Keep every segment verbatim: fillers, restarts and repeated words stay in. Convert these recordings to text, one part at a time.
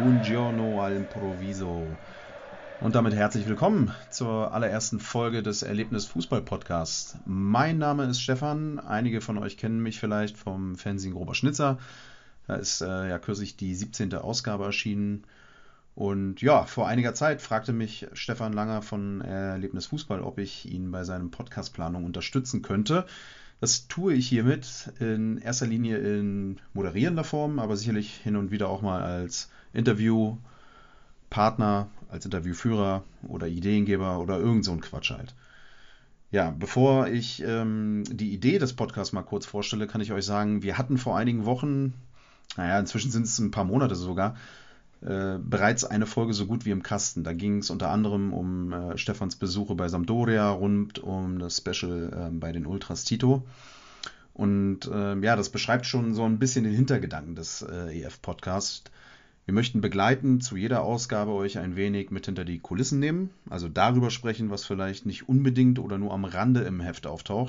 Buongiorno al Improviso. Und damit herzlich willkommen zur allerersten Folge des Erlebnis-Fußball-Podcasts. Mein Name ist Stefan. Einige von euch kennen mich vielleicht vom Fernsehen Grober Schnitzer. Da ist äh, ja kürzlich die siebzehnte Ausgabe erschienen. Und ja, vor einiger Zeit fragte mich Stefan Langer von Erlebnis Fußball, ob ich ihn bei seinen Podcastplanungen unterstützen könnte. Das tue ich hiermit in erster Linie in moderierender Form, aber sicherlich hin und wieder auch mal als Interviewpartner, als Interviewführer oder Ideengeber oder irgend so ein Quatsch halt. Ja, bevor ich ähm, die Idee des Podcasts mal kurz vorstelle, kann ich euch sagen, wir hatten vor einigen Wochen, naja, inzwischen sind es ein paar Monate sogar, Äh, bereits eine Folge so gut wie im Kasten. Da ging es unter anderem um äh, Stefans Besuche bei Sampdoria, rund um das Special äh, bei den Ultras Tito. Und äh, ja, das beschreibt schon so ein bisschen den Hintergedanken des äh, E F-Podcasts. Wir möchten begleitend zu jeder Ausgabe euch ein wenig mit hinter die Kulissen nehmen, also darüber sprechen, was vielleicht nicht unbedingt oder nur am Rande im Heft auftaucht,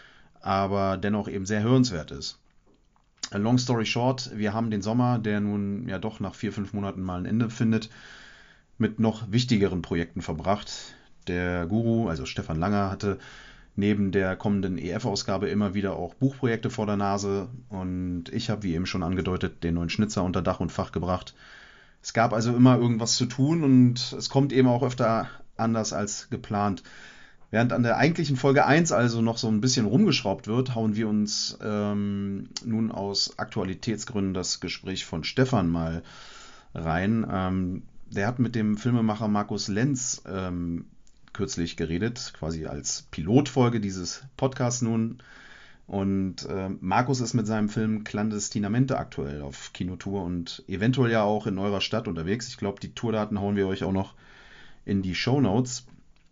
aber dennoch eben sehr hörenswert ist. Long story short, wir haben den Sommer, der nun ja doch nach vier, fünf Monaten mal ein Ende findet, mit noch wichtigeren Projekten verbracht. Der Guru, also Stefan Langer, hatte neben der kommenden E F-Ausgabe immer wieder auch Buchprojekte vor der Nase und ich habe, wie eben schon angedeutet, den neuen Schnitzer unter Dach und Fach gebracht. Es gab also immer irgendwas zu tun und es kommt eben auch öfter anders als geplant. Während an der eigentlichen Folge eins also noch so ein bisschen rumgeschraubt wird, hauen wir uns ähm, nun aus Aktualitätsgründen das Gespräch von Stefan mal rein. Ähm, der hat mit dem Filmemacher Markus Lenz ähm, kürzlich geredet, quasi als Pilotfolge dieses Podcasts nun. Und äh, Markus ist mit seinem Film Clandestinamente aktuell auf Kinotour und eventuell ja auch in eurer Stadt unterwegs. Ich glaube, die Tourdaten hauen wir euch auch noch in die Shownotes.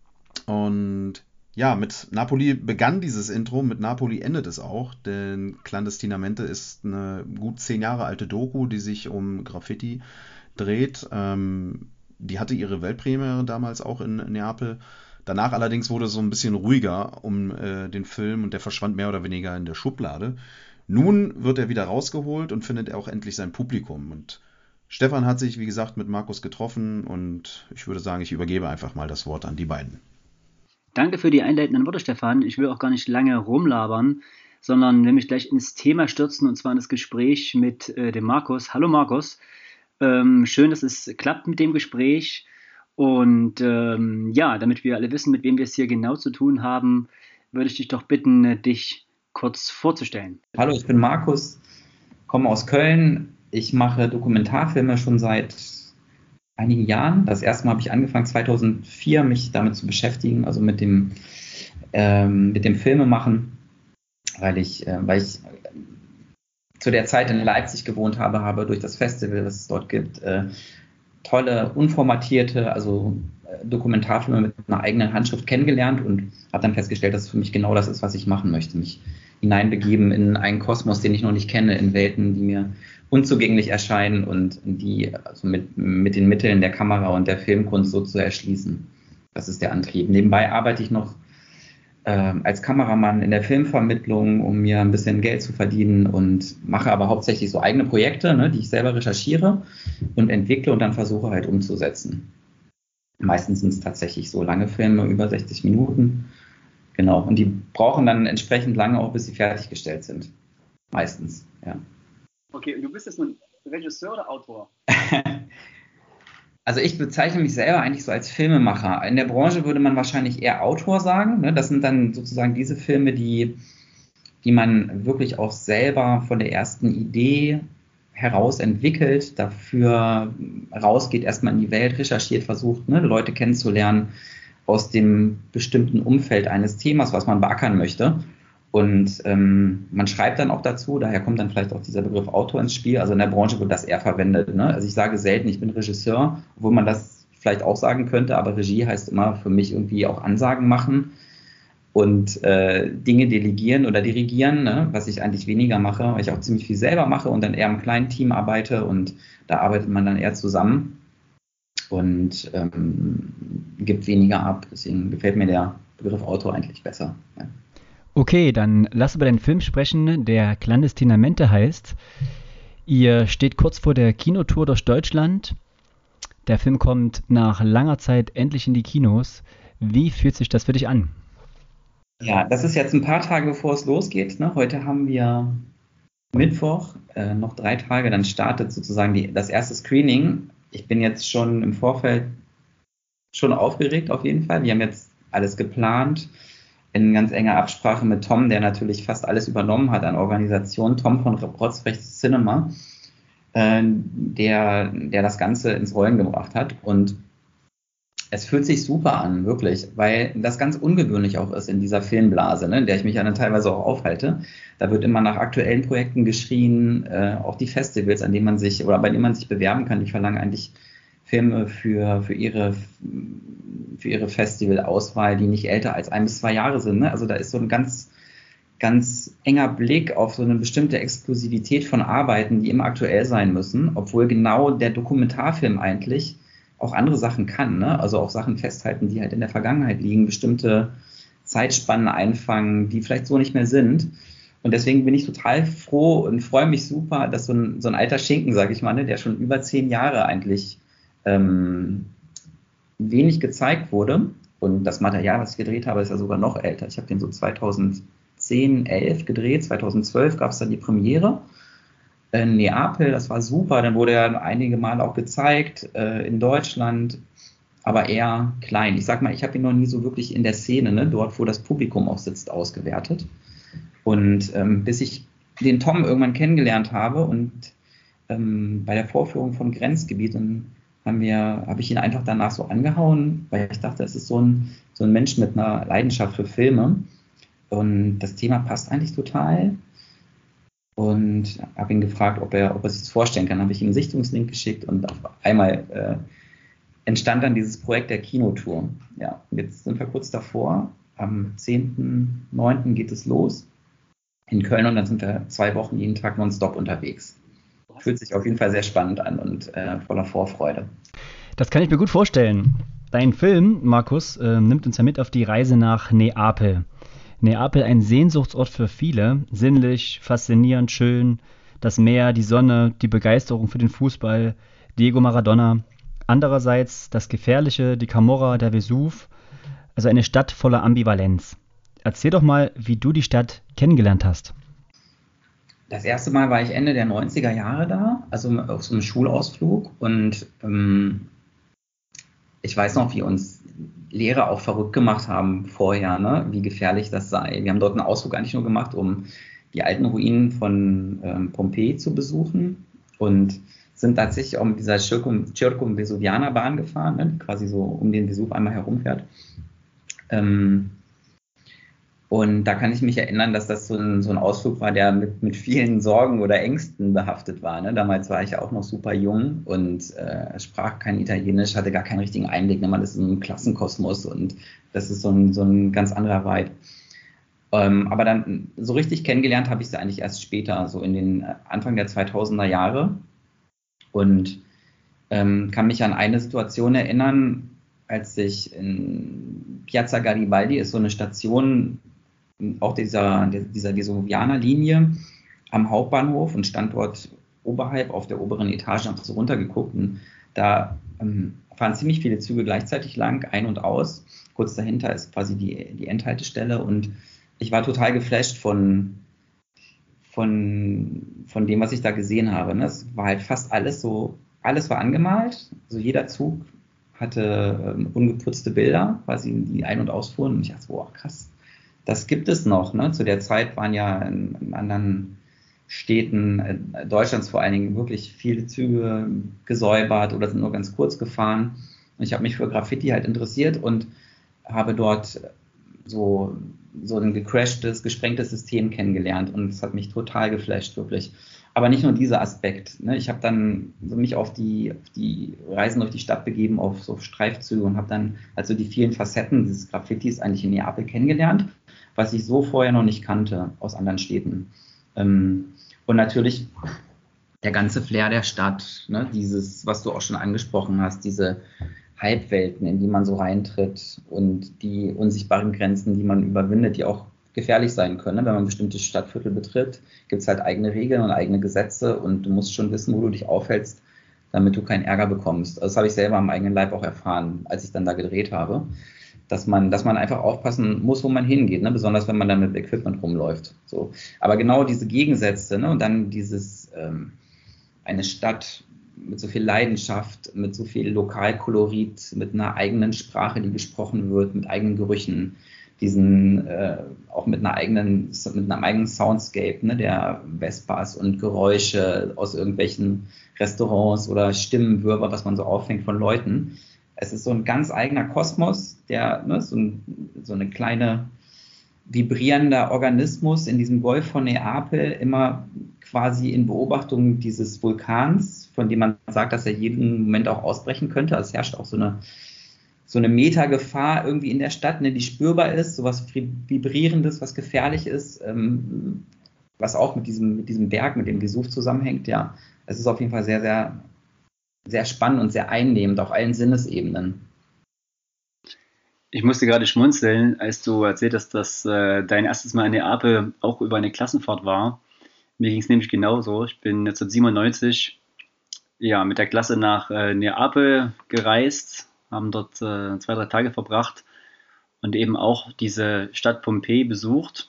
Und ja, mit Napoli begann dieses Intro, mit Napoli endet es auch, denn Clandestinamente ist eine gut zehn Jahre alte Doku, die sich um Graffiti dreht. Ähm, die hatte ihre Weltpremiere damals auch in Neapel. Danach allerdings wurde es so ein bisschen ruhiger um äh, den Film und der verschwand mehr oder weniger in der Schublade. Nun wird er wieder rausgeholt und findet auch endlich sein Publikum. Und Stefan hat sich, wie gesagt, mit Markus getroffen und ich würde sagen, ich übergebe einfach mal das Wort an die beiden. Danke für die einleitenden Worte, Stefan. Ich will auch gar nicht lange rumlabern, sondern will mich gleich ins Thema stürzen, und zwar in das Gespräch mit äh, dem Markus. Hallo Markus, ähm, schön, dass es klappt mit dem Gespräch. Und ähm, ja, damit wir alle wissen, mit wem wir es hier genau zu tun haben, würde ich dich doch bitten, äh, dich kurz vorzustellen. Hallo, ich bin Markus, komme aus Köln. Ich mache Dokumentarfilme schon seit einigen Jahren. Das erste Mal habe ich angefangen, zweitausendvier, mich damit zu beschäftigen, also mit dem, ähm, mit dem Filmemachen, weil ich, äh, weil ich zu der Zeit in Leipzig gewohnt habe, habe durch das Festival, das es dort gibt, äh, tolle, unformatierte, also äh, Dokumentarfilme mit einer eigenen Handschrift kennengelernt und habe dann festgestellt, dass es für mich genau das ist, was ich machen möchte. Mich hineinbegeben in einen Kosmos, den ich noch nicht kenne, in Welten, die mir unzugänglich erscheinen und die also mit, mit den Mitteln der Kamera und der Filmkunst so zu erschließen. Das ist der Antrieb. Nebenbei arbeite ich noch äh, als Kameramann in der Filmvermittlung, um mir ein bisschen Geld zu verdienen und mache aber hauptsächlich so eigene Projekte, ne, die ich selber recherchiere und entwickle und dann versuche halt umzusetzen. Meistens sind es tatsächlich so lange Filme, über sechzig Minuten. Genau, und die brauchen dann entsprechend lange auch, bis sie fertiggestellt sind. Meistens, ja. Okay, und du bist jetzt nun Regisseur oder Autor? Also ich bezeichne mich selber eigentlich so als Filmemacher. In der Branche würde man wahrscheinlich eher Autor sagen. Ne? Das sind dann sozusagen diese Filme, die, die man wirklich auch selber von der ersten Idee heraus entwickelt, dafür rausgeht, erstmal in die Welt, recherchiert, versucht, ne, Leute kennenzulernen aus dem bestimmten Umfeld eines Themas, was man beackern möchte. Und ähm, man schreibt dann auch dazu, daher kommt dann vielleicht auch dieser Begriff Autor ins Spiel. Also in der Branche wird das eher verwendet. Ne? Also ich sage selten, ich bin Regisseur, obwohl man das vielleicht auch sagen könnte, aber Regie heißt immer für mich irgendwie auch Ansagen machen und äh, Dinge delegieren oder dirigieren, ne? Was ich eigentlich weniger mache, weil ich auch ziemlich viel selber mache und dann eher im kleinen Team arbeite und da arbeitet man dann eher zusammen und ähm, gibt weniger ab. Deswegen gefällt mir der Begriff Autor eigentlich besser. Ja. Okay, dann lass über den Film sprechen, der Clandestinamente heißt. Ihr steht kurz vor der Kinotour durch Deutschland. Der Film kommt nach langer Zeit endlich in die Kinos. Wie fühlt sich das für dich an? Ja, das ist jetzt ein paar Tage, bevor es losgeht. Ne? Heute haben wir Mittwoch, äh, noch drei Tage, dann startet sozusagen die, das erste Screening. Ich bin jetzt schon im Vorfeld schon aufgeregt auf jeden Fall. Wir haben jetzt alles geplant in ganz enger Absprache mit Tom, der natürlich fast alles übernommen hat an Organisation. Tom von Rotzfrechts Cinema, äh, der, der das Ganze ins Rollen gebracht hat. Und es fühlt sich super an, wirklich, weil das ganz ungewöhnlich auch ist in dieser Filmblase, ne, in der ich mich ja dann teilweise auch aufhalte. Da wird immer nach aktuellen Projekten geschrien, äh, auch die Festivals, an denen man sich oder bei denen man sich bewerben kann, die verlangen eigentlich Filme für, für ihre, für ihre Festivalauswahl, die nicht älter als ein bis zwei Jahre sind. Ne? Also da ist so ein ganz, ganz enger Blick auf so eine bestimmte Exklusivität von Arbeiten, die immer aktuell sein müssen, obwohl genau der Dokumentarfilm eigentlich auch andere Sachen kann, ne? Also auch Sachen festhalten, die halt in der Vergangenheit liegen, bestimmte Zeitspannen einfangen, die vielleicht so nicht mehr sind. Und deswegen bin ich total froh und freue mich super, dass so ein, so ein alter Schinken, sage ich mal, ne, der schon über zehn Jahre eigentlich ähm, wenig gezeigt wurde. Und das Material, was ich gedreht habe, ist ja sogar noch älter. Ich habe den so zweitausendzehn, elf gedreht, zweitausendzwölf gab es dann die Premiere in Neapel, das war super. Dann wurde er einige Mal auch gezeigt äh, in Deutschland, aber eher klein. Ich sag mal, ich habe ihn noch nie so wirklich in der Szene, ne, dort, wo das Publikum auch sitzt, ausgewertet. Und ähm, bis ich den Tom irgendwann kennengelernt habe und ähm, bei der Vorführung von Grenzgebiet, dann haben wir, habe ich ihn einfach danach so angehauen, weil ich dachte, es ist so ein, so ein Mensch mit einer Leidenschaft für Filme. Und das Thema passt eigentlich total. Und habe ihn gefragt, ob er, ob er sich das vorstellen kann. Dann habe ich ihm einen Sichtungslink geschickt und auf einmal äh, entstand dann dieses Projekt der Kinotour. Ja, jetzt sind wir kurz davor. Am zehnten neunten geht es los in Köln und dann sind wir zwei Wochen jeden Tag nonstop unterwegs. Fühlt sich auf jeden Fall sehr spannend an und äh, voller Vorfreude. Das kann ich mir gut vorstellen. Dein Film, Markus, äh, nimmt uns ja mit auf die Reise nach Neapel. Neapel ein Sehnsuchtsort für viele, sinnlich, faszinierend, schön, das Meer, die Sonne, die Begeisterung für den Fußball, Diego Maradona. Andererseits das Gefährliche, die Camorra, der Vesuv, also eine Stadt voller Ambivalenz. Erzähl doch mal, wie du die Stadt kennengelernt hast. Das erste Mal war ich Ende der neunziger Jahre da, also auf so einem Schulausflug und ähm, ich weiß noch, wie uns Lehrer auch verrückt gemacht haben vorher, ne? Wie gefährlich das sei. Wir haben dort einen Ausflug eigentlich nur gemacht, um die alten Ruinen von ähm, Pompeji zu besuchen und sind tatsächlich auch mit dieser Circum, Circum Vesuviana Bahn gefahren, ne? Die quasi so um den Vesuv einmal herumfährt. Ähm, und da kann ich mich erinnern, dass das so ein, so ein Ausflug war, der mit, mit vielen Sorgen oder Ängsten behaftet war. Ne? Damals war ich ja auch noch super jung und äh, sprach kein Italienisch, hatte gar keinen richtigen Einblick. Ne? Man ist in einem Klassenkosmos und das ist so ein, so ein ganz anderer Vibe. Ähm, aber dann so richtig kennengelernt habe ich sie eigentlich erst später, so in den Anfang der zweitausender Jahre. Und ähm, kann mich an eine Situation erinnern, als ich in Piazza Garibaldi, ist so eine Station auch dieser, dieser Vesuvianer-Linie am Hauptbahnhof und stand dort oberhalb auf der oberen Etage, habe so runtergeguckt und da ähm, fahren ziemlich viele Züge gleichzeitig lang, ein und aus. Kurz dahinter ist quasi die, die Endhaltestelle und ich war total geflasht von, von, von dem, was ich da gesehen habe. Ne? Es war halt fast alles so, alles war angemalt, also jeder Zug hatte ähm, ungeputzte Bilder, quasi die ein- und ausfuhren und ich dachte, boah, krass. Das gibt es noch. Ne? Zu der Zeit waren ja in, in anderen Städten äh, Deutschlands vor allen Dingen wirklich viele Züge gesäubert oder sind nur ganz kurz gefahren. Und ich habe mich für Graffiti halt interessiert und habe dort so, so ein gecrashtes, gesprengtes System kennengelernt und es hat mich total geflasht, wirklich. Aber nicht nur dieser Aspekt. Ne? Ich habe dann so mich auf die, auf die Reisen durch die Stadt begeben, auf so Streifzüge und habe dann also die vielen Facetten dieses Graffitis eigentlich in Neapel kennengelernt, was ich so vorher noch nicht kannte aus anderen Städten. Ähm, und natürlich der ganze Flair der Stadt, ne? Dieses, was du auch schon angesprochen hast, diese Halbwelten, in die man so reintritt und die unsichtbaren Grenzen, die man überwindet, die auch gefährlich sein können. Wenn man bestimmte Stadtviertel betritt, gibt es halt eigene Regeln und eigene Gesetze und du musst schon wissen, wo du dich aufhältst, damit du keinen Ärger bekommst. Also das habe ich selber am eigenen Leib auch erfahren, als ich dann da gedreht habe, dass man, dass man einfach aufpassen muss, wo man hingeht, ne? Besonders wenn man dann mit Equipment rumläuft. So. Aber genau diese Gegensätze, ne? Und dann dieses ähm, eine Stadt mit so viel Leidenschaft, mit so viel Lokalkolorit, mit einer eigenen Sprache, die gesprochen wird, mit eigenen Gerüchen, diesen äh, auch mit einer eigenen, mit einem eigenen Soundscape, ne, der Vespas und Geräusche aus irgendwelchen Restaurants oder Stimmenwirrwarr, was man so auffängt von Leuten. Es ist so ein ganz eigener Kosmos, der, ne, so, ein, so eine kleine vibrierender Organismus in diesem Golf von Neapel, immer quasi in Beobachtung dieses Vulkans, von dem man sagt, dass er jeden Moment auch ausbrechen könnte. Also es herrscht auch so eine so eine Metagefahr irgendwie in der Stadt, ne, die spürbar ist, so was Vibrierendes, was gefährlich ist, ähm, was auch mit diesem, mit diesem Berg, mit dem Vesuv zusammenhängt. Ja, es ist auf jeden Fall sehr, sehr, sehr spannend und sehr einnehmend auf allen Sinnesebenen. Ich musste gerade schmunzeln, als du erzählt hast, dass äh, dein erstes Mal in Neapel auch über eine Klassenfahrt war. Mir ging es nämlich genauso. Ich bin neunzehnhundertsiebenundneunzig ja, mit der Klasse nach äh, Neapel gereist, haben dort äh, zwei, drei Tage verbracht und eben auch diese Stadt Pompeji besucht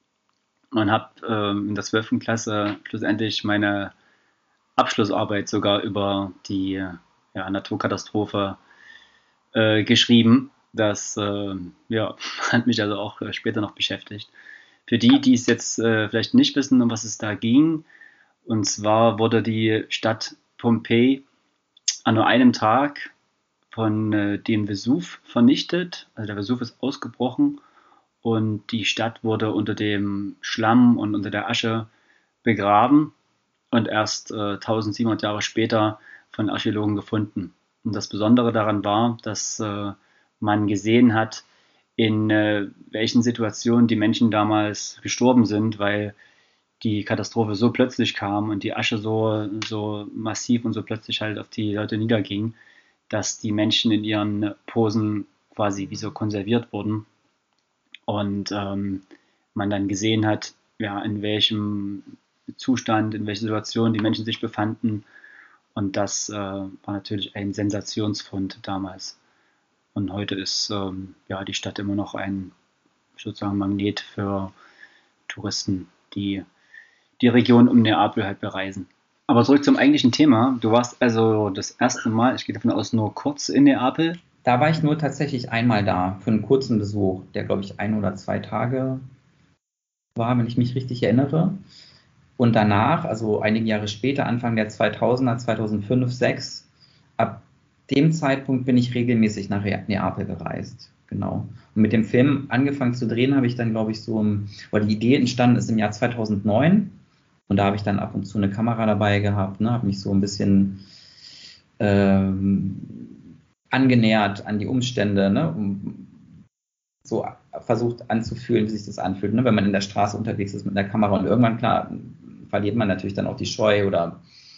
und habe ähm, in der zwölften Klasse schlussendlich meine Abschlussarbeit sogar über die ja, Naturkatastrophe äh, geschrieben. Das äh, ja, hat mich also auch äh, später noch beschäftigt. Für die, die es jetzt äh, vielleicht nicht wissen, um was es da ging, und zwar wurde die Stadt Pompeji an nur einem Tag von äh, dem Vesuv vernichtet. Also der Vesuv ist ausgebrochen und die Stadt wurde unter dem Schlamm und unter der Asche begraben und erst äh, eintausendsiebenhundert Jahre später von Archäologen gefunden. Und das Besondere daran war, dass äh, man gesehen hat, in äh, welchen Situationen die Menschen damals gestorben sind, weil die Katastrophe so plötzlich kam und die Asche so, so massiv und so plötzlich halt auf die Leute niederging, dass die Menschen in ihren Posen quasi wie so konserviert wurden und ähm, man dann gesehen hat, ja, in welchem Zustand, in welcher Situation die Menschen sich befanden, und das äh, war natürlich ein Sensationsfund damals. Und heute ist ähm, ja, die Stadt immer noch ein sozusagen Magnet für Touristen, die die Region um Neapel halt bereisen. Aber zurück zum eigentlichen Thema. Du warst also das erste Mal, ich gehe davon aus, nur kurz in Neapel. Da war ich nur tatsächlich einmal da, für einen kurzen Besuch, der, glaube ich, ein oder zwei Tage war, wenn ich mich richtig erinnere. Und danach, also einige Jahre später, Anfang der zweitausender, zweitausendfünf, zweitausendsechs, ab dem Zeitpunkt bin ich regelmäßig nach Neapel gereist. Genau. Und mit dem Film angefangen zu drehen, habe ich dann, glaube ich, so, oder die Idee entstanden ist im Jahr zweitausendneun. Und da habe ich dann ab und zu eine Kamera dabei gehabt, ne, habe mich so ein bisschen ähm, angenähert an die Umstände, ne, um so versucht anzufühlen, wie sich das anfühlt, ne, wenn man in der Straße unterwegs ist mit einer Kamera. Und irgendwann, klar, verliert man natürlich dann auch die Scheu oder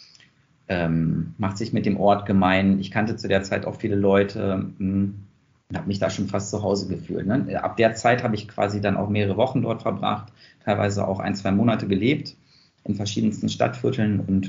ähm, macht sich mit dem Ort gemein. Ich kannte zu der Zeit auch viele Leute und habe mich da schon fast zu Hause gefühlt. Ne. Ab der Zeit habe ich quasi dann auch mehrere Wochen dort verbracht, teilweise auch ein, zwei Monate gelebt in verschiedensten Stadtvierteln und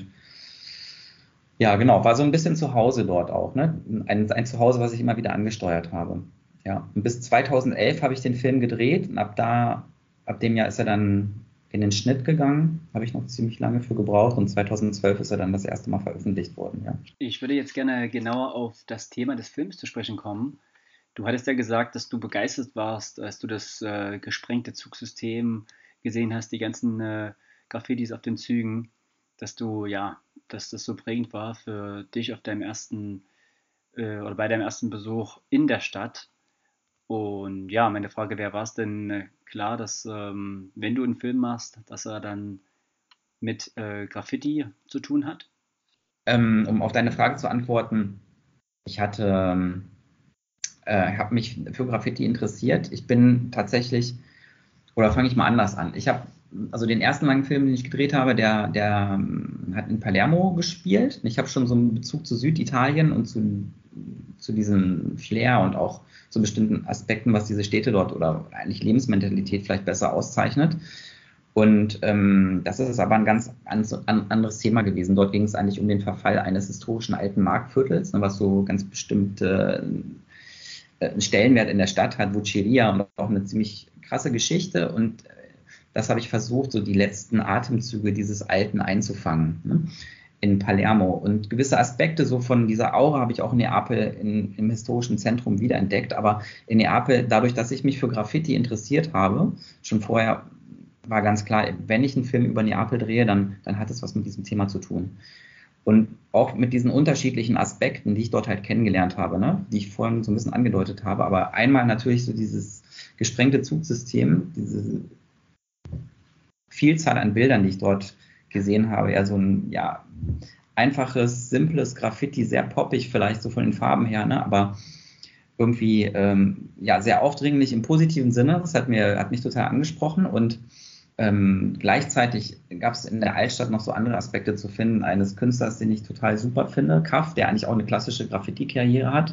ja, genau, war so ein bisschen zu Hause dort auch, ne? Ein, ein Zuhause, was ich immer wieder angesteuert habe. Ja, und bis zweitausendelf habe ich den Film gedreht und ab da, ab dem Jahr ist er dann in den Schnitt gegangen, habe ich noch ziemlich lange für gebraucht und zweitausendzwölf ist er dann das erste Mal veröffentlicht worden, ja. Ich würde jetzt gerne genauer auf das Thema des Films zu sprechen kommen. Du hattest ja gesagt, dass du begeistert warst, als du das äh, gesprengte Zugsystem gesehen hast, die ganzen äh, Graffitis auf den Zügen, dass du, ja, dass das so prägend war für dich auf deinem ersten äh, oder bei deinem ersten Besuch in der Stadt. Und ja, meine Frage wäre, war es denn äh, klar, dass ähm, wenn du einen Film machst, dass er dann mit äh, Graffiti zu tun hat? Ähm, um auf deine Frage zu antworten, ich hatte, äh, habe mich für Graffiti interessiert. Ich bin tatsächlich, oder fange ich mal anders an. Ich habe Also den ersten langen Film, den ich gedreht habe, der, der hat in Palermo gespielt. Ich habe schon so einen Bezug zu Süditalien und zu, zu diesem Flair und auch zu bestimmten Aspekten, was diese Städte dort oder eigentlich Lebensmentalität vielleicht besser auszeichnet. Und ähm, das ist aber ein ganz an, an, anderes Thema gewesen. Dort ging es eigentlich um den Verfall eines historischen alten Marktviertels, ne, was so ganz bestimmte äh, einen Stellenwert in der Stadt hat, Vucceria, und auch eine ziemlich krasse Geschichte. Und äh, das habe ich versucht, so die letzten Atemzüge dieses Alten einzufangen, ne, in Palermo. Und gewisse Aspekte so von dieser Aura habe ich auch in Neapel in, im historischen Zentrum wiederentdeckt. Aber in Neapel, dadurch, dass ich mich für Graffiti interessiert habe, schon vorher war ganz klar, wenn ich einen Film über Neapel drehe, dann, dann hat es was mit diesem Thema zu tun. Und auch mit diesen unterschiedlichen Aspekten, die ich dort halt kennengelernt habe, ne, die ich vorhin so ein bisschen angedeutet habe. Aber einmal natürlich so dieses gesprengte Zugsystem, diese Vielzahl an Bildern, die ich dort gesehen habe, eher so ein, ja, einfaches, simples Graffiti, sehr poppig vielleicht so von den Farben her, ne, aber irgendwie, ähm, ja, sehr aufdringlich im positiven Sinne. Das hat mir, hat mich total angesprochen. Und Ähm, gleichzeitig gab es in der Altstadt noch so andere Aspekte zu finden, eines Künstlers, den ich total super finde, Kaff, der eigentlich auch eine klassische Graffiti-Karriere hat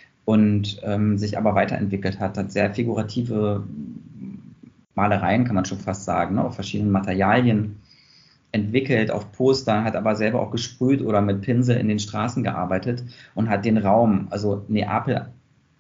und ähm, sich aber weiterentwickelt hat, hat sehr figurative Malereien, kann man schon fast sagen, ne, auf verschiedenen Materialien entwickelt, auf Postern, hat aber selber auch gesprüht oder mit Pinsel in den Straßen gearbeitet und hat den Raum, also Neapel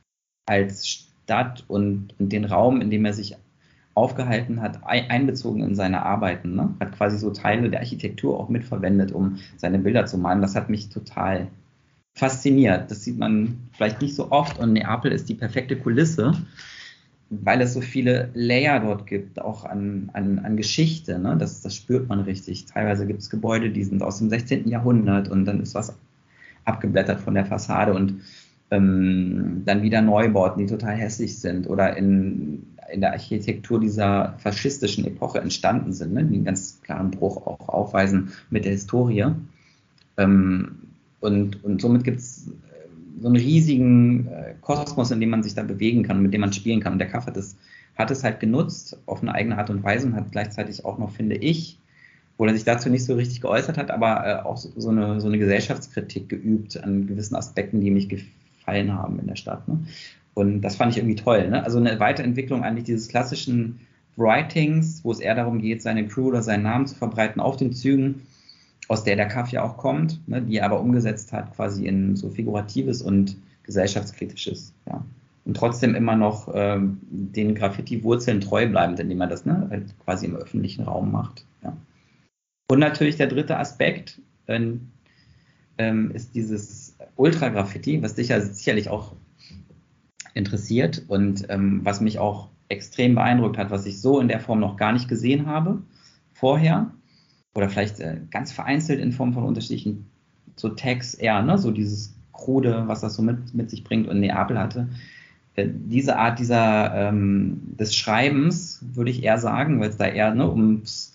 als Stadt und, und den Raum, in dem er sich aufgehalten hat, einbezogen in seine Arbeiten, ne? Hat quasi so Teile der Architektur auch mitverwendet, um seine Bilder zu malen. Das hat mich total fasziniert. Das sieht man vielleicht nicht so oft und Neapel ist die perfekte Kulisse, weil es so viele Layer dort gibt, auch an, an, an Geschichte, ne? Das, das spürt man richtig. Teilweise gibt es Gebäude, die sind aus dem sechzehnten Jahrhundert und dann ist was abgeblättert von der Fassade und ähm, dann wieder Neubauten, die total hässlich sind oder in in der Architektur dieser faschistischen Epoche entstanden sind, ne, die einen ganz klaren Bruch auch aufweisen mit der Historie. Ähm, und, und somit gibt es so einen riesigen äh, Kosmos, in dem man sich da bewegen kann, mit dem man spielen kann. Und der Kaff hat es, hat es halt genutzt auf eine eigene Art und Weise und hat gleichzeitig auch noch, finde ich, obwohl er sich dazu nicht so richtig geäußert hat, aber äh, auch so, so, eine, so eine Gesellschaftskritik geübt an gewissen Aspekten, die mich gefallen haben in der Stadt. Ne? Und das fand ich irgendwie toll. Ne? Also eine Weiterentwicklung eigentlich dieses klassischen Writings, wo es eher darum geht, seine Crew oder seinen Namen zu verbreiten auf den Zügen, aus der der Kaff ja auch kommt, ne? Die er aber umgesetzt hat quasi in so Figuratives und Gesellschaftskritisches. Ja. Und trotzdem immer noch ähm, den Graffiti-Wurzeln treu bleibend, indem er das, ne, halt quasi im öffentlichen Raum macht. Ja. Und natürlich der dritte Aspekt ähm, ähm, ist dieses Ultra-Graffiti, was dich ja sicherlich auch interessiert und ähm, was mich auch extrem beeindruckt hat, was ich so in der Form noch gar nicht gesehen habe vorher oder vielleicht äh, ganz vereinzelt in Form von unterschiedlichen so Tags eher, ne, so dieses Krude, was das so mit, mit sich bringt und Neapel hatte. Äh, diese Art dieser ähm, des Schreibens würde ich eher sagen, weil es da eher, ne, ums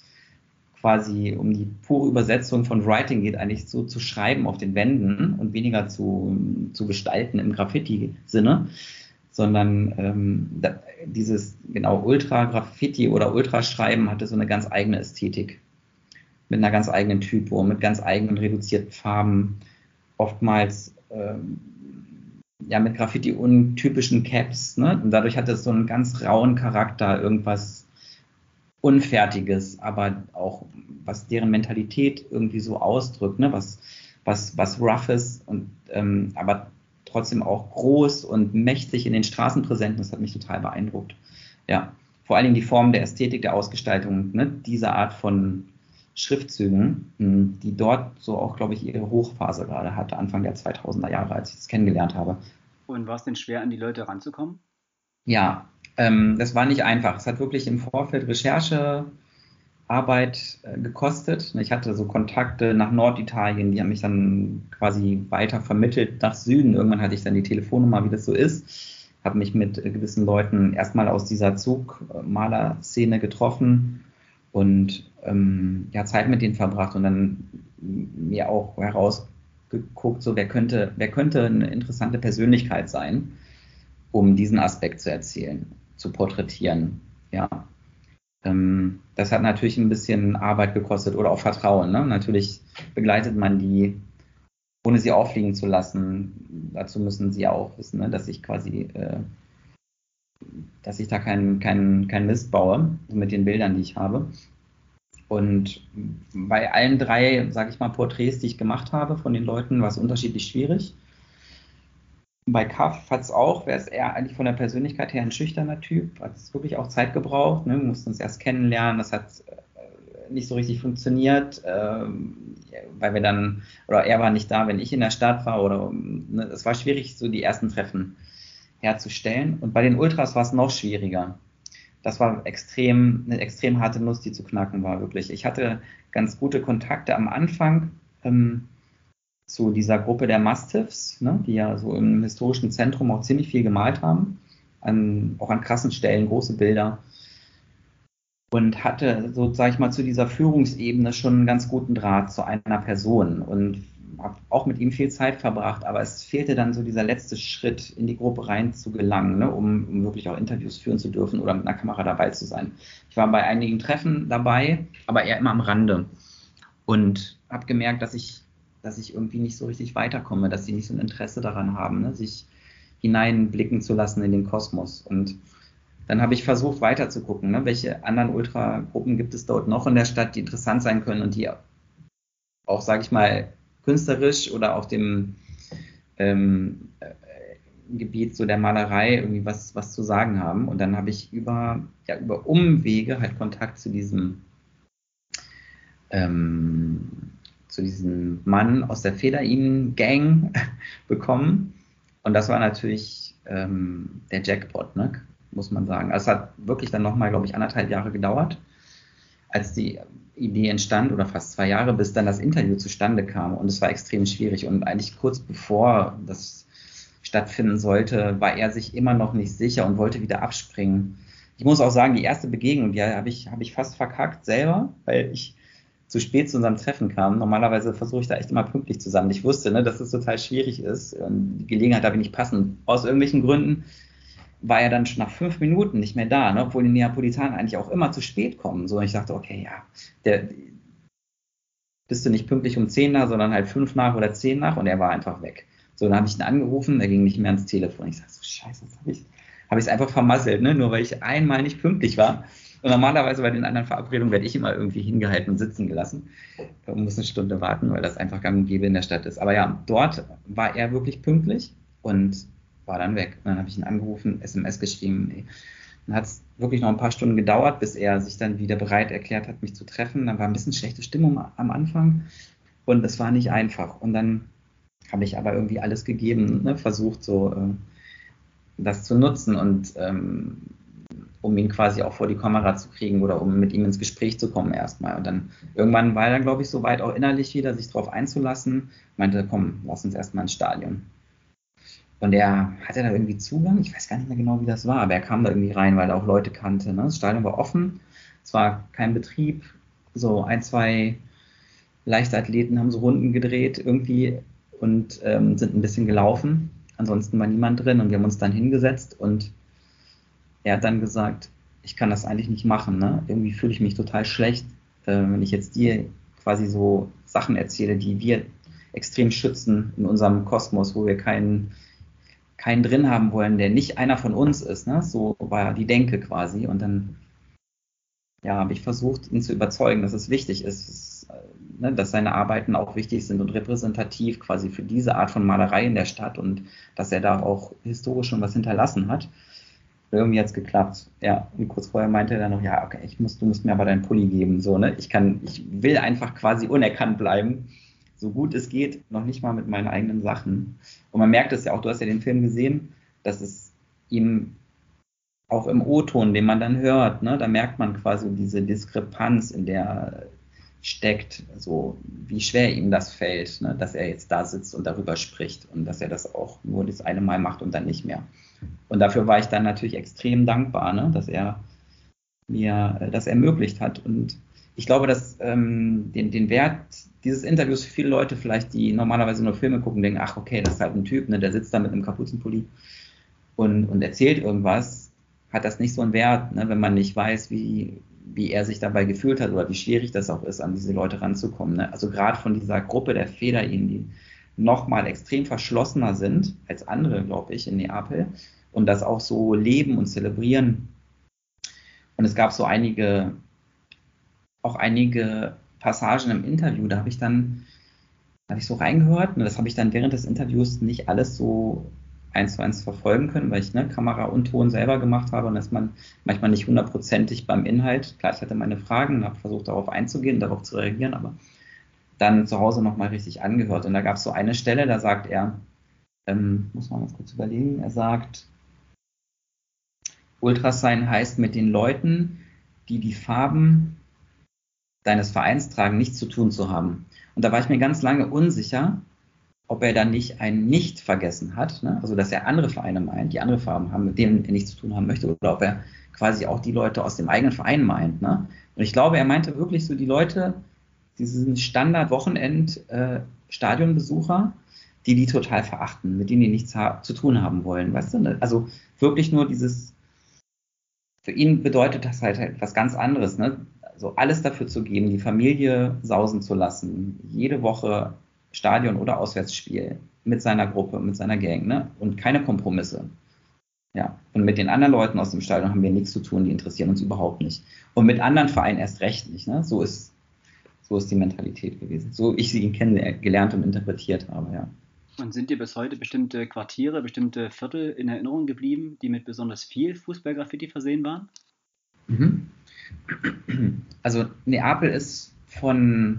quasi um die pure Übersetzung von Writing geht, eigentlich so zu schreiben auf den Wänden und weniger zu, zu gestalten im Graffiti-Sinne, sondern ähm, da, dieses genau Ultra-Graffiti oder Ultraschreiben hatte so eine ganz eigene Ästhetik mit einer ganz eigenen Typo, mit ganz eigenen reduzierten Farben, oftmals ähm, ja mit Graffiti-untypischen Caps, ne? Und dadurch hatte es so einen ganz rauen Charakter, irgendwas Unfertiges, aber auch was deren Mentalität irgendwie so ausdrückt, ne? was, was, was Roughes und ähm, aber trotzdem auch groß und mächtig in den Straßen präsent. Das hat mich total beeindruckt. Ja, vor allen Dingen die Form der Ästhetik, der Ausgestaltung, ne? Diese Art von Schriftzügen, die dort so auch, glaube ich, ihre Hochphase gerade hatte, Anfang der zweitausender Jahre, als ich das kennengelernt habe. Und war es denn schwer, an die Leute ranzukommen? Ja, ähm, das war nicht einfach. Es hat wirklich im Vorfeld Recherchearbeit äh, gekostet. Ich hatte so Kontakte nach Norditalien, die haben mich dann quasi weiter vermittelt nach Süden. Irgendwann hatte ich dann die Telefonnummer, wie das so ist. Habe mich mit äh, gewissen Leuten erstmal aus dieser Zugmalerszene getroffen und ähm, ja, Zeit mit denen verbracht und dann mir auch herausgeguckt, so wer könnte, wer könnte eine interessante Persönlichkeit sein, um diesen Aspekt zu erzählen, zu porträtieren. Ja, ähm, das hat natürlich ein bisschen Arbeit gekostet oder auch Vertrauen. Ne? Natürlich begleitet man die, ohne sie auffliegen zu lassen. Dazu müssen sie ja auch wissen, ne, dass ich quasi, äh, dass ich da keinen kein, kein Mist baue mit den Bildern, die ich habe. Und bei allen drei, sage ich mal, Porträts, die ich gemacht habe von den Leuten, war es unterschiedlich schwierig. Bei Kaff hat es auch, wäre es eher eigentlich von der Persönlichkeit her ein schüchterner Typ, hat es wirklich auch Zeit gebraucht, ne? Wir mussten uns erst kennenlernen, das hat äh, nicht so richtig funktioniert, äh, weil wir dann, oder er war nicht da, wenn ich in der Stadt war, oder ne? Es war schwierig, so die ersten Treffen herzustellen. Und bei den Ultras war es noch schwieriger. Das war extrem, eine extrem harte Nuss, die zu knacken war, wirklich. Ich hatte ganz gute Kontakte am Anfang, ähm, zu dieser Gruppe der Mastiffs, ne, die ja so im historischen Zentrum auch ziemlich viel gemalt haben, an, auch an krassen Stellen, große Bilder, und hatte, so sage ich mal, zu dieser Führungsebene schon einen ganz guten Draht zu einer Person und habe auch mit ihm viel Zeit verbracht, aber es fehlte dann so dieser letzte Schritt, in die Gruppe rein zu gelangen, ne, um, um wirklich auch Interviews führen zu dürfen oder mit einer Kamera dabei zu sein. Ich war bei einigen Treffen dabei, aber eher immer am Rande und habe gemerkt, dass ich dass ich irgendwie nicht so richtig weiterkomme, dass sie nicht so ein Interesse daran haben, ne, sich hineinblicken zu lassen in den Kosmos. Und dann habe ich versucht, weiter zu gucken, ne, welche anderen Ultragruppen gibt es dort noch in der Stadt, die interessant sein können und die auch, sage ich mal, künstlerisch oder auf dem ähm, äh, Gebiet so der Malerei irgendwie was, was zu sagen haben. Und dann habe ich über, ja, über Umwege halt Kontakt zu diesem ähm, zu diesem Mann aus der Feder-Ihnen-Gang bekommen. Und das war natürlich ähm, der Jackpot, ne? Muss man sagen. Also es hat wirklich dann nochmal, glaube ich, anderthalb Jahre gedauert, als die Idee entstand, oder fast zwei Jahre, bis dann das Interview zustande kam. Und es war extrem schwierig. Und eigentlich kurz bevor das stattfinden sollte, war er sich immer noch nicht sicher und wollte wieder abspringen. Ich muss auch sagen, die erste Begegnung, die habe ich, habe ich fast verkackt selber, weil ich zu spät zu unserem Treffen kam. Normalerweise versuche ich da echt immer pünktlich zu sein. Ich wusste, ne, dass es total schwierig ist. Und die Gelegenheit darf ich nicht passen. Aus irgendwelchen Gründen war er dann schon nach fünf Minuten nicht mehr da, ne, obwohl die Neapolitaner eigentlich auch immer zu spät kommen. So, und ich dachte, okay, ja, der, bist du nicht pünktlich um zehn nach, sondern halt fünf nach oder zehn nach, und er war einfach weg. So, dann habe ich ihn angerufen, er ging nicht mehr ans Telefon. Ich dachte so, scheiße, jetzt habe ich habe ich es einfach vermasselt, ne, nur weil ich einmal nicht pünktlich war. Und normalerweise bei den anderen Verabredungen werde ich immer irgendwie hingehalten und sitzen gelassen und muss eine Stunde warten, weil das einfach gang und gäbe in der Stadt ist. Aber ja, dort war er wirklich pünktlich und war dann weg. Und dann habe ich ihn angerufen, S M S geschrieben. Dann hat es wirklich noch ein paar Stunden gedauert, bis er sich dann wieder bereit erklärt hat, mich zu treffen. Dann war ein bisschen schlechte Stimmung am Anfang und es war nicht einfach. Und dann habe ich aber irgendwie alles gegeben, ne, versucht so äh, das zu nutzen und ähm, um ihn quasi auch vor die Kamera zu kriegen oder um mit ihm ins Gespräch zu kommen erstmal. Und dann irgendwann war er dann, glaube ich, so weit auch innerlich wieder, sich darauf einzulassen, meinte, komm, lass uns erstmal ins Stadion. Und er hatte da irgendwie Zugang, ich weiß gar nicht mehr genau, wie das war, aber er kam da irgendwie rein, weil er auch Leute kannte. Ne? Das Stadion war offen, es war kein Betrieb, so ein, zwei Leichtathleten haben so Runden gedreht irgendwie und ähm, sind ein bisschen gelaufen. Ansonsten war niemand drin und wir haben uns dann hingesetzt und er hat dann gesagt, ich kann das eigentlich nicht machen, ne? Irgendwie fühle ich mich total schlecht, äh, wenn ich jetzt dir quasi so Sachen erzähle, die wir extrem schützen in unserem Kosmos, wo wir keinen, keinen drin haben wollen, der nicht einer von uns ist, ne? So war die Denke quasi. Und dann ja, habe ich versucht, ihn zu überzeugen, dass es wichtig ist, dass, ne, dass seine Arbeiten auch wichtig sind und repräsentativ quasi für diese Art von Malerei in der Stadt und dass er da auch historisch schon was hinterlassen hat. Irgendwie hat es geklappt. Ja, und kurz vorher meinte er dann noch, ja, okay, ich muss, du musst mir aber deinen Pulli geben. So, ne? Ich kann, ich will einfach quasi unerkannt bleiben, so gut es geht, noch nicht mal mit meinen eigenen Sachen. Und man merkt es ja auch, du hast ja den Film gesehen, dass es ihm auch im O-Ton, den man dann hört, ne, da merkt man quasi diese Diskrepanz, in der steckt, so wie schwer ihm das fällt, ne, dass er jetzt da sitzt und darüber spricht und dass er das auch nur das eine Mal macht und dann nicht mehr. Und dafür war ich dann natürlich extrem dankbar, ne, dass er mir das ermöglicht hat. Und ich glaube, dass ähm, den, den Wert dieses Interviews für viele Leute vielleicht, die normalerweise nur Filme gucken, denken, ach okay, das ist halt ein Typ, ne, der sitzt da mit einem Kapuzenpulli und, und erzählt irgendwas, hat das nicht so einen Wert, ne, wenn man nicht weiß, wie, wie er sich dabei gefühlt hat oder wie schwierig das auch ist, an diese Leute ranzukommen. Ne? Also gerade von dieser Gruppe der Feder-Ihnen, die nochmal extrem verschlossener sind als andere, glaube ich, in Neapel und das auch so leben und zelebrieren. Und es gab so einige auch einige Passagen im Interview, da habe ich dann, habe ich so reingehört, und das habe ich dann während des Interviews nicht alles so eins zu eins verfolgen können, weil ich ne, Kamera und Ton selber gemacht habe und dass man manchmal nicht hundertprozentig beim Inhalt, klar, ich hatte meine Fragen und habe versucht darauf einzugehen, darauf zu reagieren, aber dann zu Hause nochmal richtig angehört. Und da gab es so eine Stelle, da sagt er, ähm, muss man ganz kurz überlegen, er sagt, Ultras sein heißt mit den Leuten, die die Farben deines Vereins tragen, nichts zu tun zu haben. Und da war ich mir ganz lange unsicher, ob er dann nicht ein Nicht vergessen hat, ne? Also dass er andere Vereine meint, die andere Farben haben, mit denen er nichts zu tun haben möchte, oder ob er quasi auch die Leute aus dem eigenen Verein meint. Ne? Und ich glaube, er meinte wirklich so die Leute, diesen Standard-Wochenend-Stadionbesucher, die die total verachten, mit denen die nichts ha- zu tun haben wollen. Weißt du? Ne? Also wirklich nur dieses, für ihn bedeutet das halt etwas ganz anderes, ne? Also alles dafür zu geben, die Familie sausen zu lassen, jede Woche Stadion- oder Auswärtsspiel mit seiner Gruppe, mit seiner Gang, ne? Und keine Kompromisse. Ja, und mit den anderen Leuten aus dem Stadion haben wir nichts zu tun, die interessieren uns überhaupt nicht. Und mit anderen Vereinen erst recht nicht, ne? So ist, so ist die Mentalität gewesen. So ich sie kennengelernt und interpretiert habe, ja. Und sind dir bis heute bestimmte Quartiere, bestimmte Viertel in Erinnerung geblieben, die mit besonders viel Fußballgraffiti versehen waren? Mhm. Also Neapel ist von,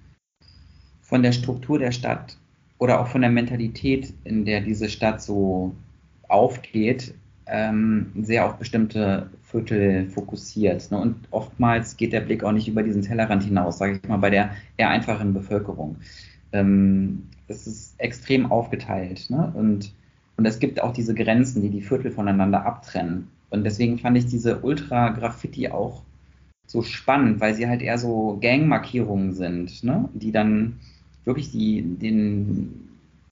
von der Struktur der Stadt oder auch von der Mentalität, in der diese Stadt so aufgeht, ähm, sehr auf bestimmte Viertel fokussiert. Ne? Und oftmals geht der Blick auch nicht über diesen Tellerrand hinaus, sage ich mal, bei der eher einfachen Bevölkerung. Ähm, es ist extrem aufgeteilt, ne? und, und es gibt auch diese Grenzen, die die Viertel voneinander abtrennen. Und deswegen fand ich diese Ultra-Graffiti auch so spannend, weil sie halt eher so Gang-Markierungen sind, ne? Die dann wirklich die, den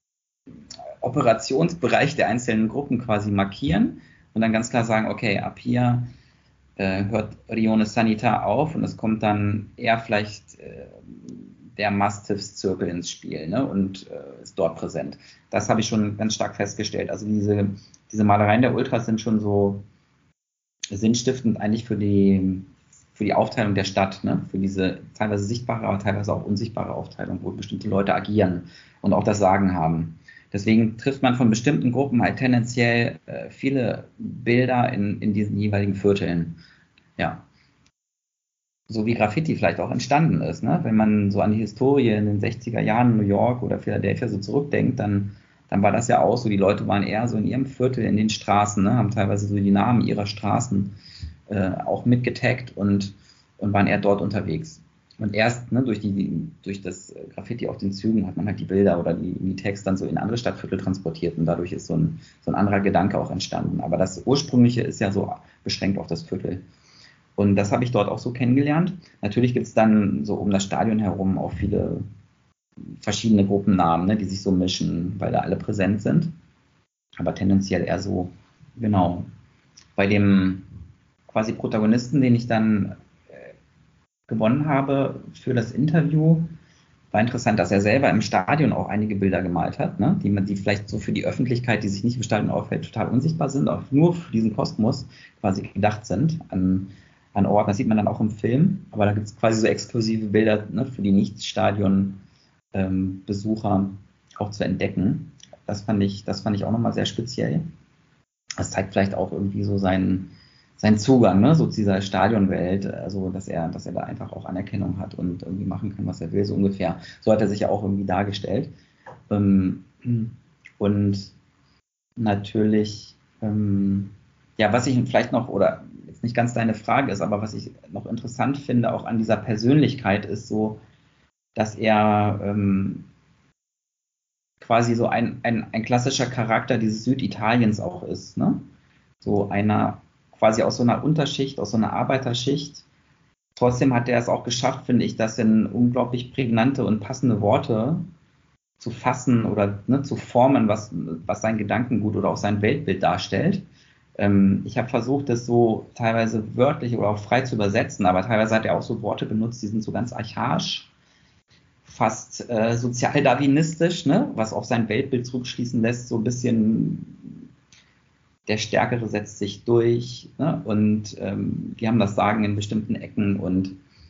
Operationsbereich der einzelnen Gruppen quasi markieren und dann ganz klar sagen, okay, ab hier äh, hört Rione Sanità auf und es kommt dann eher vielleicht äh, der Mastiffs-Zirkel ins Spiel, ne? Und äh, ist dort präsent. Das habe ich schon ganz stark festgestellt. Also diese, diese Malereien der Ultras sind schon so sinnstiftend eigentlich für die, für die Aufteilung der Stadt, ne? Für diese teilweise sichtbare, aber teilweise auch unsichtbare Aufteilung, wo bestimmte Leute agieren und auch das Sagen haben. Deswegen trifft man von bestimmten Gruppen halt tendenziell äh, viele Bilder in, in diesen jeweiligen Vierteln. Ja. So wie Graffiti vielleicht auch entstanden ist, ne? Wenn man so an die Historie in den sechziger Jahren New York oder Philadelphia so zurückdenkt, dann, dann war das ja auch so, die Leute waren eher so in ihrem Viertel, in den Straßen, ne? Haben teilweise so die Namen ihrer Straßen äh, auch mitgetaggt und, und waren eher dort unterwegs. Und erst ne, durch, die, durch das Graffiti auf den Zügen hat man halt die Bilder oder die, die Tags dann so in andere Stadtviertel transportiert und dadurch ist so ein, so ein anderer Gedanke auch entstanden. Aber das Ursprüngliche ist ja so beschränkt auf das Viertel. Und das habe ich dort auch so kennengelernt. Natürlich gibt es dann so um das Stadion herum auch viele verschiedene Gruppennamen, ne, die sich so mischen, weil da alle präsent sind. Aber tendenziell eher so, genau. Bei dem quasi Protagonisten, den ich dann äh, gewonnen habe für das Interview, war interessant, dass er selber im Stadion auch einige Bilder gemalt hat, ne, die man, die vielleicht so für die Öffentlichkeit, die sich nicht im Stadion aufhält, total unsichtbar sind, auch nur für diesen Kosmos quasi gedacht sind an an Orten. Das sieht man dann auch im Film, aber da gibt es quasi so exklusive Bilder, ne, für die Nicht-Stadion-Besucher ähm, auch zu entdecken. Das fand ich, das fand ich auch nochmal sehr speziell. Das zeigt vielleicht auch irgendwie so seinen, seinen Zugang, ne, so zu dieser Stadionwelt, also dass er, dass er da einfach auch Anerkennung hat und irgendwie machen kann, was er will, so ungefähr. So hat er sich ja auch irgendwie dargestellt. Ähm, und natürlich, ähm, ja, was ich vielleicht noch, oder jetzt nicht ganz deine Frage ist, aber was ich noch interessant finde, auch an dieser Persönlichkeit, ist so, dass er ähm, quasi so ein, ein, ein klassischer Charakter dieses Süditaliens auch ist, ne? So einer, quasi aus so einer Unterschicht, aus so einer Arbeiterschicht. Trotzdem hat er es auch geschafft, finde ich, das in unglaublich prägnante und passende Worte zu fassen oder ne, zu formen, was, was sein Gedankengut oder auch sein Weltbild darstellt. Ähm, ich habe versucht, das so teilweise wörtlich oder auch frei zu übersetzen, aber teilweise hat er auch so Worte benutzt, die sind so ganz archaisch, fast äh, sozialdarwinistisch, ne, was auf sein Weltbild zurückschließen lässt, so ein bisschen der Stärkere setzt sich durch, ne, und ähm, die haben das Sagen in bestimmten Ecken und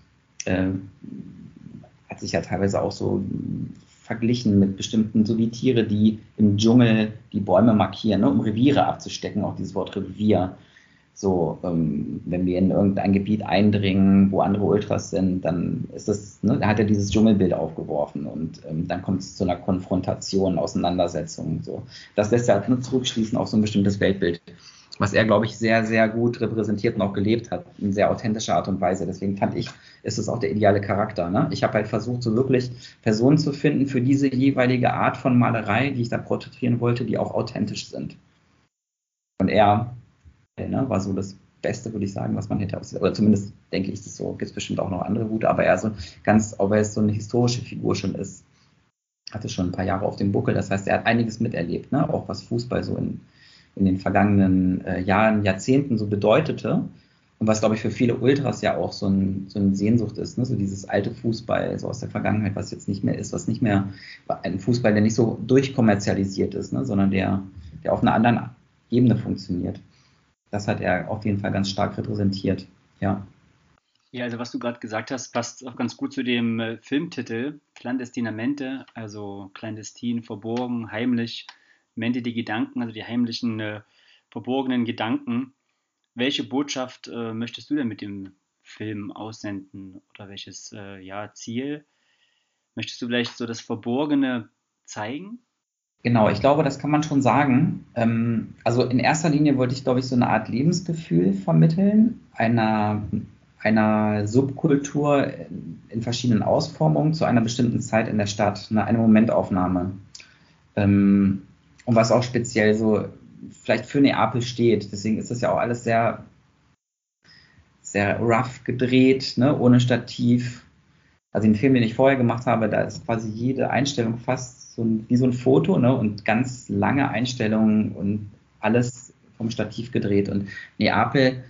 äh, hat sich ja teilweise auch so verglichen mit bestimmten, so wie Tiere, die im Dschungel die Bäume markieren, ne, um Reviere abzustecken, auch dieses Wort Revier. So, ähm, wenn wir in irgendein Gebiet eindringen, wo andere Ultras sind, dann ist das, ne, da hat er dieses Dschungelbild aufgeworfen und ähm, dann kommt es zu einer Konfrontation, Auseinandersetzung. So. Das lässt ja nur zurückschließen auf so ein bestimmtes Weltbild, was er, glaube ich, sehr, sehr gut repräsentiert und auch gelebt hat, in sehr authentischer Art und Weise. Deswegen fand ich, ist es auch der ideale Charakter. Ne? Ich habe halt versucht, so wirklich Personen zu finden für diese jeweilige Art von Malerei, die ich da porträtieren wollte, die auch authentisch sind. Und er ne, war so das Beste, würde ich sagen, was man hätte aus, oder zumindest denke ich das so, gibt es bestimmt auch noch andere gute, aber er so ganz, auch weil es so eine historische Figur schon ist, hatte schon ein paar Jahre auf dem Buckel, das heißt, er hat einiges miterlebt, ne, auch was Fußball so in, in den vergangenen äh, Jahren, Jahrzehnten so bedeutete und was, glaube ich, für viele Ultras ja auch so, ein, so eine Sehnsucht ist, ne, so dieses alte Fußball, so aus der Vergangenheit, was jetzt nicht mehr ist, was nicht mehr, ein Fußball, der nicht so durchkommerzialisiert ist, ne, sondern der, der auf einer anderen Ebene funktioniert. Das hat er auf jeden Fall ganz stark repräsentiert, ja. Ja, also was du gerade gesagt hast, passt auch ganz gut zu dem äh, Filmtitel Clandestinamente, also clandestin, verborgen, heimlich, Mente die Gedanken, also die heimlichen, äh, verborgenen Gedanken. Welche Botschaft äh, möchtest du denn mit dem Film aussenden oder welches äh, ja, Ziel? Möchtest du vielleicht so das Verborgene zeigen? Genau, ich glaube, das kann man schon sagen. Ähm, also in erster Linie wollte ich, glaube ich, so eine Art Lebensgefühl vermitteln, einer, einer Subkultur in verschiedenen Ausformungen zu einer bestimmten Zeit in der Stadt, eine, eine Momentaufnahme. Ähm, und was auch speziell so vielleicht für Neapel steht. Deswegen ist das ja auch alles sehr, sehr rough gedreht, ne, ohne Stativ. Also den Film, den ich vorher gemacht habe, da ist quasi jede Einstellung fast so ein, wie so ein Foto, ne, und ganz lange Einstellungen und alles vom Stativ gedreht. Und Neapel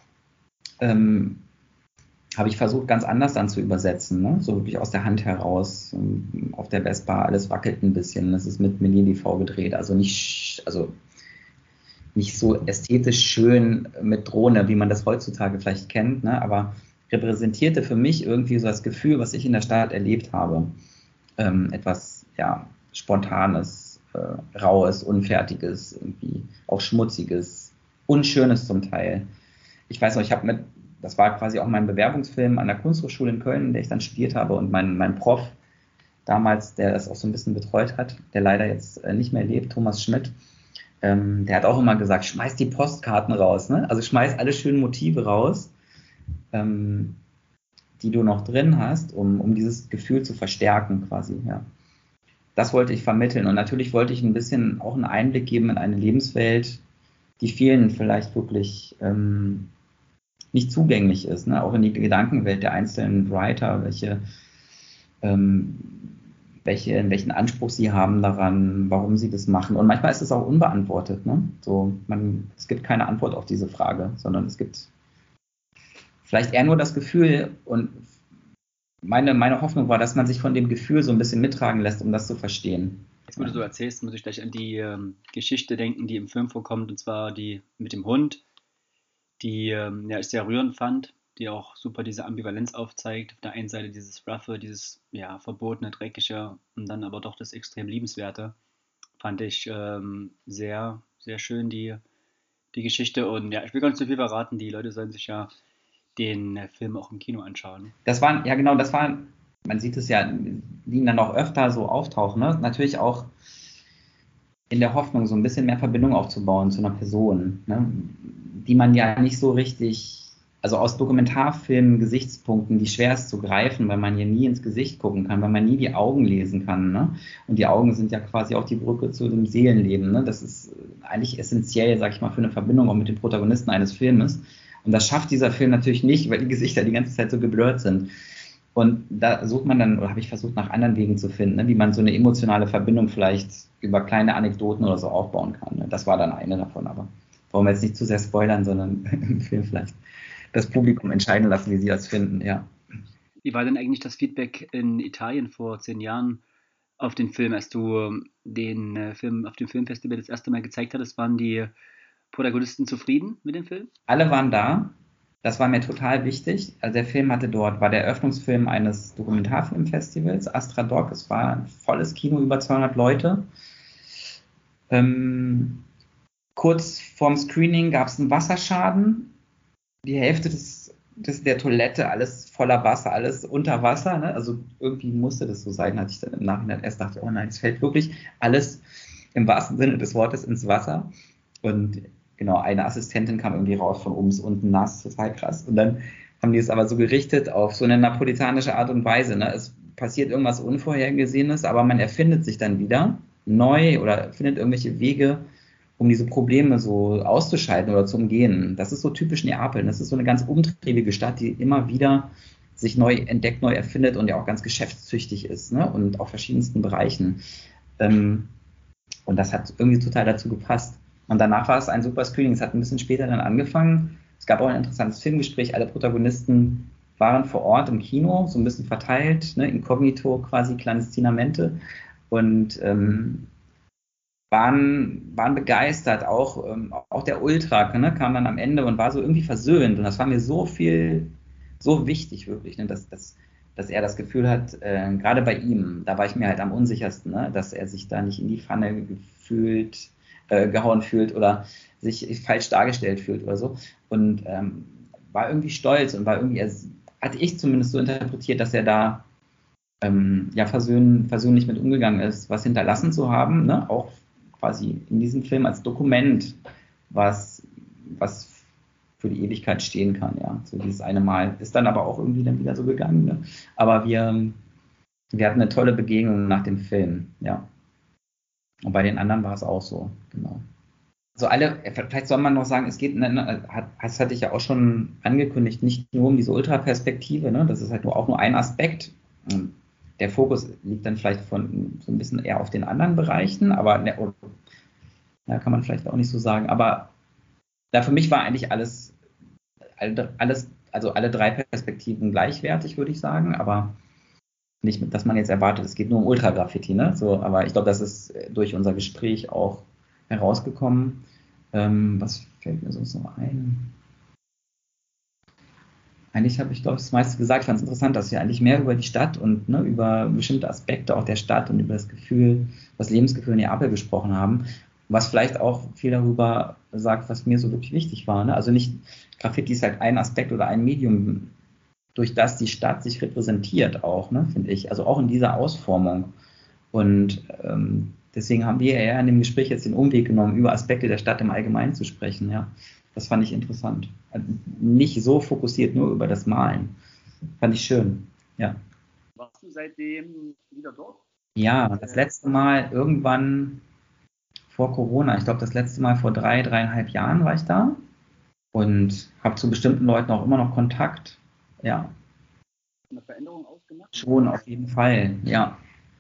ähm, habe ich versucht, ganz anders dann zu übersetzen, ne, so wirklich aus der Hand heraus. Auf der Vespa, alles wackelt ein bisschen. Das ist mit Mini-D V gedreht, also nicht, also nicht so ästhetisch schön mit Drohne, wie man das heutzutage vielleicht kennt, ne, aber repräsentierte für mich irgendwie so das Gefühl, was ich in der Stadt erlebt habe. Ähm, etwas, ja, Spontanes, äh, Raues, Unfertiges, irgendwie auch Schmutziges, Unschönes zum Teil. Ich weiß noch, ich habe mit, das war quasi auch mein Bewerbungsfilm an der Kunsthochschule in Köln, in der ich dann studiert habe und mein, mein Prof damals, der das auch so ein bisschen betreut hat, der leider jetzt äh, nicht mehr lebt, Thomas Schmidt, ähm, der hat auch immer gesagt, schmeiß die Postkarten raus, ne? Also schmeiß alle schönen Motive raus, ähm, die du noch drin hast, um, um dieses Gefühl zu verstärken quasi, ja. Das wollte ich vermitteln und natürlich wollte ich ein bisschen auch einen Einblick geben in eine Lebenswelt, die vielen vielleicht wirklich ähm, nicht zugänglich ist, ne? Auch in die Gedankenwelt der einzelnen Writer, welche, ähm, welche, welchen Anspruch sie haben daran, warum sie das machen. Und manchmal ist es auch unbeantwortet, ne? So, man, es gibt keine Antwort auf diese Frage, sondern es gibt vielleicht eher nur das Gefühl und meine, meine Hoffnung war, dass man sich von dem Gefühl so ein bisschen mittragen lässt, um das zu verstehen. Jetzt, wo du so erzählst, muss ich gleich an die ähm, Geschichte denken, die im Film vorkommt, und zwar die mit dem Hund, die ähm, ja, ich sehr rührend fand, die auch super diese Ambivalenz aufzeigt. Auf der einen Seite dieses Roughe, dieses ja, verbotene, dreckige und dann aber doch das extrem liebenswerte. Fand ich ähm, sehr, sehr schön, die, die Geschichte. Und ja, ich will gar nicht so viel verraten, die Leute sollen sich ja den äh, Film auch im Kino anschauen. Das waren, ja genau, das waren, man sieht es ja, die ihn dann auch öfter so auftauchen, ne? Natürlich auch in der Hoffnung, so ein bisschen mehr Verbindung aufzubauen zu einer Person, ne? Die man ja nicht so richtig, also aus Dokumentarfilmen-Gesichtspunkten, die schwer ist zu greifen, weil man ja nie ins Gesicht gucken kann, weil man nie die Augen lesen kann, ne? Und die Augen sind ja quasi auch die Brücke zu dem Seelenleben, ne? Das ist eigentlich essentiell, sag ich mal, für eine Verbindung auch mit den Protagonisten eines Filmes. Und das schafft dieser Film natürlich nicht, weil die Gesichter die ganze Zeit so geblurrt sind. Und da sucht man dann, oder habe ich versucht, nach anderen Wegen zu finden, ne, wie man so eine emotionale Verbindung vielleicht über kleine Anekdoten oder so aufbauen kann. Ne. Das war dann eine davon, aber wollen wir jetzt nicht zu sehr spoilern, sondern im Film vielleicht das Publikum entscheiden lassen, wie sie das finden, ja. Wie war denn eigentlich das Feedback in Italien vor zehn Jahren auf den Film, als du den äh, Film auf dem Filmfestival das erste Mal gezeigt hattest? Waren die Protagonisten zufrieden mit dem Film? Alle waren da. Das war mir total wichtig. Also der Film hatte dort, war der Eröffnungsfilm eines Dokumentarfilmfestivals, Astra Doc. Es war ein volles Kino, über zweihundert Leute. Ähm, kurz vorm Screening gab es einen Wasserschaden. Die Hälfte des, des, der Toilette, alles voller Wasser, alles unter Wasser. Ne? Also irgendwie musste das so sein, hatte ich dann im Nachhinein erst dachte, oh nein, es fällt wirklich alles im wahrsten Sinne des Wortes ins Wasser. Und genau, eine Assistentin kam irgendwie raus von oben bis unten nass, total krass. Und dann haben die es aber so gerichtet auf so eine napolitanische Art und Weise. Ne? Es passiert irgendwas Unvorhergesehenes, aber man erfindet sich dann wieder neu oder findet irgendwelche Wege, um diese Probleme so auszuschalten oder zu umgehen. Das ist so typisch Neapel. Das ist so eine ganz umtriebige Stadt, die immer wieder sich neu entdeckt, neu erfindet und ja auch ganz geschäftstüchtig ist, ne? Und auf verschiedensten Bereichen. Ähm, und das hat irgendwie total dazu gepasst. Und danach war es ein super Screening. Es hat ein bisschen später dann angefangen. Es gab auch ein interessantes Filmgespräch. Alle Protagonisten waren vor Ort im Kino, so ein bisschen verteilt, ne, inkognito quasi, clandestinamente. Und ähm, waren, waren begeistert. Auch, ähm, auch der Ultra, ne, kam dann am Ende und war so irgendwie versöhnt. Und das war mir so viel, so wichtig wirklich, ne, dass, dass, dass er das Gefühl hat, äh, gerade bei ihm, da war ich mir halt am unsichersten, ne, dass er sich da nicht in die Pfanne gefühlt Äh, gehauen fühlt oder sich falsch dargestellt fühlt oder so. Und ähm, war irgendwie stolz und war irgendwie, also, hatte ich zumindest so interpretiert, dass er da ähm, ja versöhn, versöhnlich mit umgegangen ist, was hinterlassen zu haben, ne? Auch quasi in diesem Film als Dokument, was, was für die Ewigkeit stehen kann, ja. So dieses eine Mal. Ist dann aber auch irgendwie dann wieder so gegangen, ne? Aber wir, wir hatten eine tolle Begegnung nach dem Film, ja. Und bei den anderen war es auch so, genau. Also alle, vielleicht soll man noch sagen, es geht, das hatte ich ja auch schon angekündigt, nicht nur um diese Ultraperspektive, ne? Das ist halt nur auch nur ein Aspekt. Der Fokus liegt dann vielleicht von so ein bisschen eher auf den anderen Bereichen, aber ne, ja, kann man vielleicht auch nicht so sagen. Aber da für mich war eigentlich alles, alles, also alle drei Perspektiven gleichwertig, würde ich sagen, aber nicht, dass man jetzt erwartet, es geht nur um Ultragraffiti, ne? So, aber ich glaube, das ist durch unser Gespräch auch herausgekommen. Ähm, was fällt mir sonst noch ein? Eigentlich habe ich, glaube ich, das meiste gesagt. Ich fand es interessant, dass wir eigentlich mehr über die Stadt und ne, über bestimmte Aspekte auch der Stadt und über das Gefühl, das Lebensgefühl in Neapel gesprochen haben. Was vielleicht auch viel darüber sagt, was mir so wirklich wichtig war. Ne? Also nicht, Graffiti ist halt ein Aspekt oder ein Medium, durch das die Stadt sich repräsentiert auch, ne, finde ich. Also auch in dieser Ausformung. Und ähm, deswegen haben wir eher in dem Gespräch jetzt den Umweg genommen, über Aspekte der Stadt im Allgemeinen zu sprechen. Ja, das fand ich interessant. Also nicht so fokussiert nur über das Malen. Fand ich schön. Ja. Warst du seitdem wieder dort? Ja, das letzte Mal irgendwann vor Corona. Ich glaube, das letzte Mal vor drei, dreieinhalb Jahren war ich da und habe zu bestimmten Leuten auch immer noch Kontakt. Ja. Eine Veränderung ausgemacht? Schon, auf jeden Fall, ja.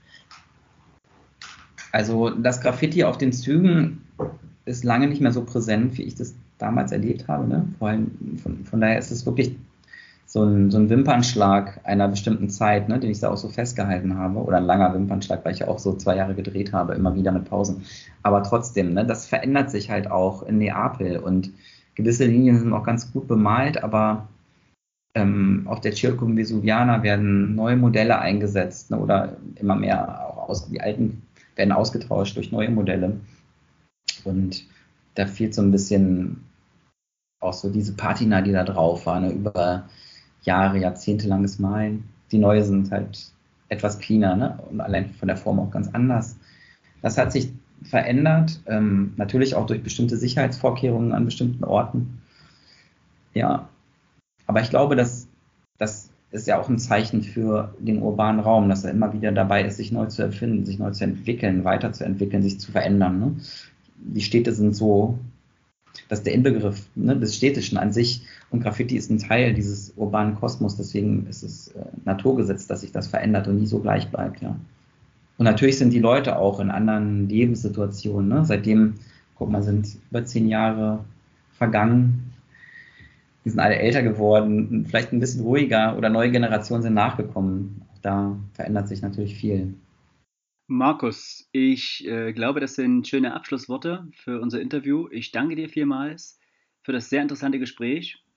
Also das Graffiti auf den Zügen ist lange nicht mehr so präsent, wie ich das damals erlebt habe. Ne? Vor allem von, von daher ist es wirklich so ein, so ein Wimpernschlag einer bestimmten Zeit, ne, den ich da auch so festgehalten habe. Oder ein langer Wimpernschlag, weil ich ja auch so zwei Jahre gedreht habe, immer wieder mit Pausen. Aber trotzdem, ne, das verändert sich halt auch in Neapel. Und gewisse Linien sind auch ganz gut bemalt, aber Ähm, auf der Circum Vesuviana werden neue Modelle eingesetzt, ne, oder immer mehr auch aus, die alten werden ausgetauscht durch neue Modelle. Und da fehlt so ein bisschen auch so diese Patina, die da drauf war, ne, über Jahre, Jahrzehnte langes Malen. Die neue sind halt etwas cleaner, ne, und allein von der Form auch ganz anders. Das hat sich verändert, ähm, natürlich auch durch bestimmte Sicherheitsvorkehrungen an bestimmten Orten. Ja, aber ich glaube, dass das ist ja auch ein Zeichen für den urbanen Raum, dass er immer wieder dabei ist, sich neu zu erfinden, sich neu zu entwickeln, weiterzuentwickeln, sich zu verändern. Ne? Die Städte sind so, das ist der Inbegriff, ne, des Städtischen an sich, und Graffiti ist ein Teil dieses urbanen Kosmos, deswegen ist es äh, Naturgesetz, dass sich das verändert und nie so gleich bleibt. Ja. Und natürlich sind die Leute auch in anderen Lebenssituationen. Ne? Seitdem, guck mal, sind über zehn Jahre vergangen. Die sind alle älter geworden, vielleicht ein bisschen ruhiger, oder neue Generationen sind nachgekommen. Auch da verändert sich natürlich viel. Markus, ich äh, glaube, das sind schöne Abschlussworte für unser Interview. Ich danke dir vielmals für das sehr interessante Gespräch.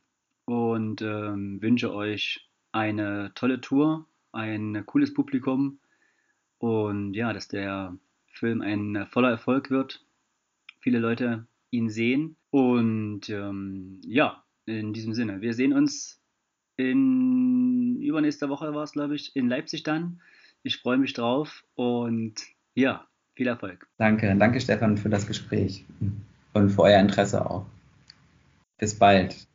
und ähm, wünsche euch eine tolle Tour, ein cooles Publikum und ja, dass der Film ein voller Erfolg wird, viele Leute ihn sehen und ähm, ja, in diesem Sinne, wir sehen uns in übernächster Woche war es, glaube ich, in Leipzig dann. Ich freue mich drauf und ja, viel Erfolg. Danke, danke Stefan für das Gespräch und für euer Interesse auch. Bis bald.